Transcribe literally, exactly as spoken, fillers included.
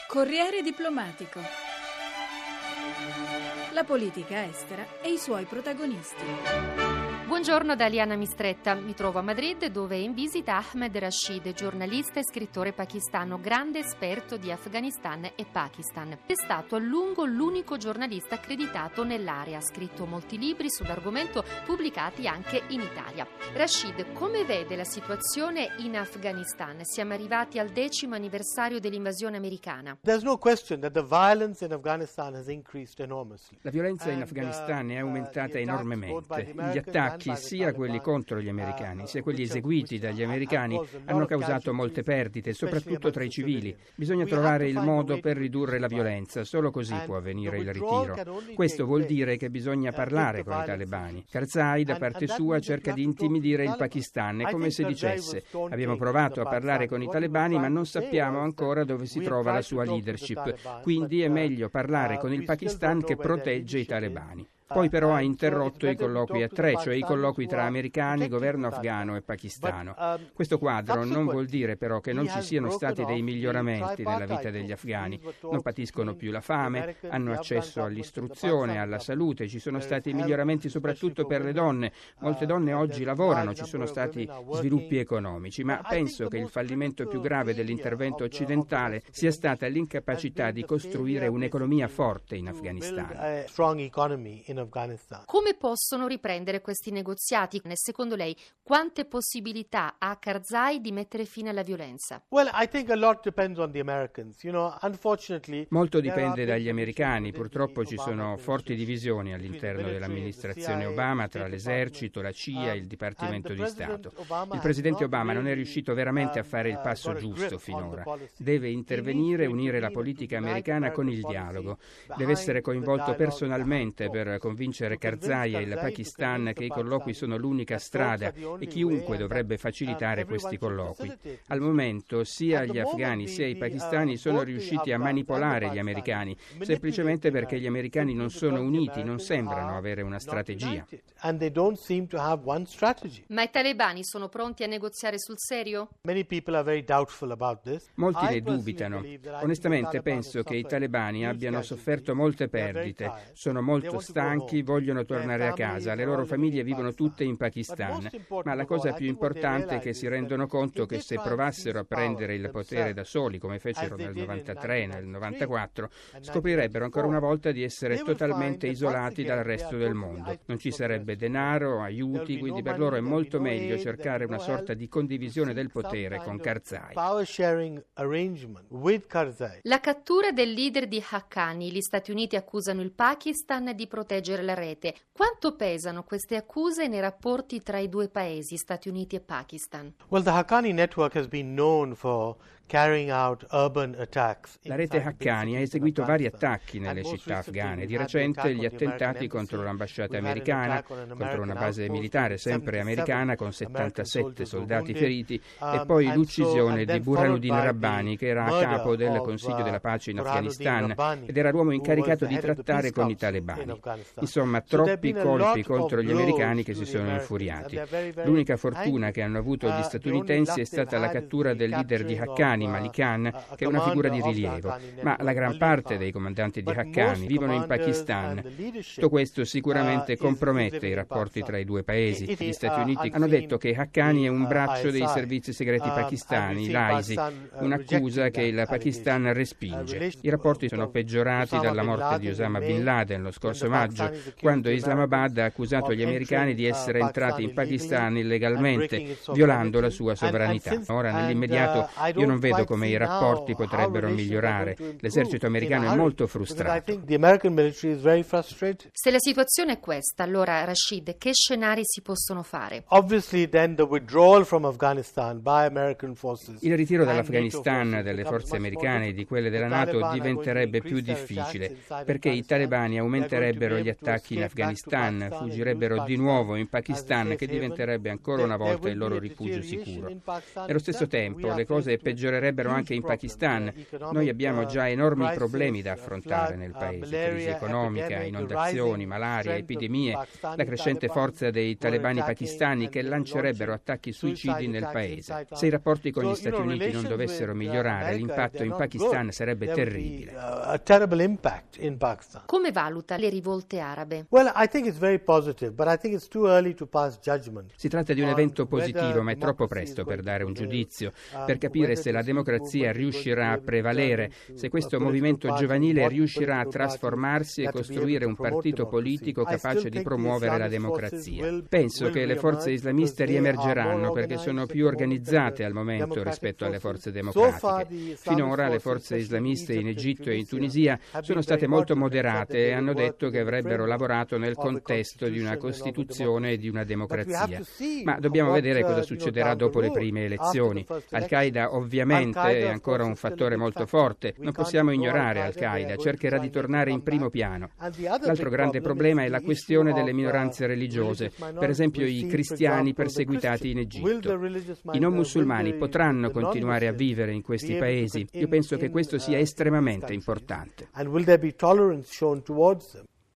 Corriere diplomatico. La politica estera e i suoi protagonisti. Buongiorno da Liana Mistretta. Mi trovo a Madrid, dove è in visita Ahmed Rashid, giornalista e scrittore pakistano, grande esperto di Afghanistan e Pakistan. È stato a lungo l'unico giornalista accreditato nell'area. Ha scritto molti libri sull'argomento, pubblicati anche in Italia. Rashid, come vede la situazione in Afghanistan? Siamo arrivati al decimo anniversario dell'invasione americana. There's no question that the violence in Afghanistan has increased enormously. La violenza in Afghanistan è aumentata enormemente. Gli attacchi, sia quelli contro gli americani, sia quelli eseguiti dagli americani, hanno causato molte perdite, soprattutto tra i civili. Bisogna trovare il modo per ridurre la violenza, solo così può avvenire il ritiro. Questo vuol dire che bisogna parlare con i talebani. Karzai, da parte sua, cerca di intimidire il Pakistan. È come se dicesse: abbiamo provato a parlare con i talebani, ma non sappiamo ancora dove si trova la sua leadership. Quindi è meglio parlare con il Pakistan che protegge i talebani. Poi però ha interrotto i colloqui a tre, cioè i colloqui tra americani, governo afghano e pakistano. Questo quadro non vuol dire però che non ci siano stati dei miglioramenti nella vita degli afghani. Non patiscono più la fame, hanno accesso all'istruzione, alla salute, ci sono stati miglioramenti soprattutto per le donne. Molte donne oggi lavorano, ci sono stati sviluppi economici, ma penso che il fallimento più grave dell'intervento occidentale sia stata l'incapacità di costruire un'economia forte in Afghanistan. Come possono riprendere questi negoziati? Secondo lei, quante possibilità ha Karzai di mettere fine alla violenza? Molto dipende dagli americani. Purtroppo ci sono forti divisioni all'interno dell'amministrazione Obama tra l'esercito, la C I A e il Dipartimento di Stato. Il presidente Obama non è riuscito veramente a fare il passo giusto finora. Deve intervenire e unire la politica americana con il dialogo. Deve essere coinvolto personalmente per convincere Karzai e il Pakistan che i colloqui sono l'unica strada e chiunque dovrebbe facilitare questi colloqui. Al momento sia gli afghani sia i pakistani sono riusciti a manipolare gli americani, semplicemente perché gli americani non sono uniti, non sembrano avere una strategia. Ma i talebani sono pronti a negoziare sul serio? Molti ne dubitano. Onestamente penso che i talebani abbiano sofferto molte perdite, sono molto stanchi, vogliono tornare a casa, le loro famiglie vivono tutte in Pakistan, ma la cosa più importante è che si rendono conto che se provassero a prendere il potere da soli, come fecero nel novantatré, nel novantaquattro, scoprirebbero ancora una volta di essere totalmente isolati dal resto del mondo. Non ci sarebbe denaro, aiuti, quindi per loro è molto meglio cercare una sorta di condivisione del potere con Karzai. La cattura del leader di Haqqani, gli Stati Uniti accusano il Pakistan di proteggere la rete. Quanto pesano queste accuse nei rapporti tra i due paesi, Stati Uniti e Pakistan? Well, the Haqqani network has been known for carrying out urban attacks. La rete Haqqani ha eseguito vari attacchi nelle città afghane. Di recente gli attentati contro l'ambasciata americana, contro una base militare sempre americana con settantasette soldati feriti, e poi l'uccisione di Burhanuddin Rabbani, che era a capo del Consiglio della Pace in Afghanistan ed era l'uomo incaricato di trattare con i talebani. Insomma, troppi colpi contro gli americani che si sono infuriati. L'unica fortuna che hanno avuto gli statunitensi è stata la cattura del leader di Haqqani, Malik Khan, che è una figura di rilievo, ma la gran parte dei comandanti di Haqqani vivono in Pakistan. Tutto questo sicuramente compromette i rapporti tra i due paesi. Gli Stati Uniti hanno detto che Haqqani è un braccio dei servizi segreti pakistani, l'I S I, un'accusa che il Pakistan respinge. I rapporti sono peggiorati dalla morte di Osama Bin Laden lo scorso maggio, quando Islamabad ha accusato gli americani di essere entrati in Pakistan illegalmente, violando la sua sovranità. Ora, nell'immediato, io non vedo come i rapporti potrebbero migliorare. L'esercito americano è molto frustrato. Se la situazione è questa, allora, Rashid, che scenari si possono fare? Il ritiro dall'Afghanistan delle forze americane e di quelle della NATO diventerebbe più difficile, perché i talebani aumenterebbero gli attacchi in Afghanistan, fuggirebbero di nuovo in Pakistan, che diventerebbe ancora una volta il loro rifugio sicuro. Nello stesso tempo, le cose peggiorerebbero accelererebbero anche in Pakistan. Noi abbiamo già enormi problemi da affrontare nel paese, crisi economica, inondazioni, malaria, epidemie, la crescente forza dei talebani pakistani che lancerebbero attacchi suicidi nel paese. Se i rapporti con gli Stati Uniti non dovessero migliorare, l'impatto in Pakistan sarebbe terribile. Come valuta le rivolte arabe? Si tratta di un evento positivo, ma è troppo presto per dare un giudizio, per capire se la democrazia riuscirà a prevalere, se questo movimento giovanile riuscirà a trasformarsi e costruire un partito politico capace di promuovere la democrazia. Penso che le forze islamiste riemergeranno perché sono più organizzate al momento rispetto alle forze democratiche. Finora le forze islamiste in Egitto e in Tunisia sono state molto moderate e hanno detto che avrebbero lavorato nel contesto di una Costituzione e di una democrazia. Ma dobbiamo vedere cosa succederà dopo le prime elezioni. Al-Qaeda ovviamente è ancora un fattore molto forte. Non possiamo ignorare Al-Qaeda, cercherà di tornare in primo piano. L'altro grande problema è la questione delle minoranze religiose, per esempio i cristiani perseguitati in Egitto. I non musulmani potranno continuare a vivere in questi paesi? Io penso che questo sia estremamente importante.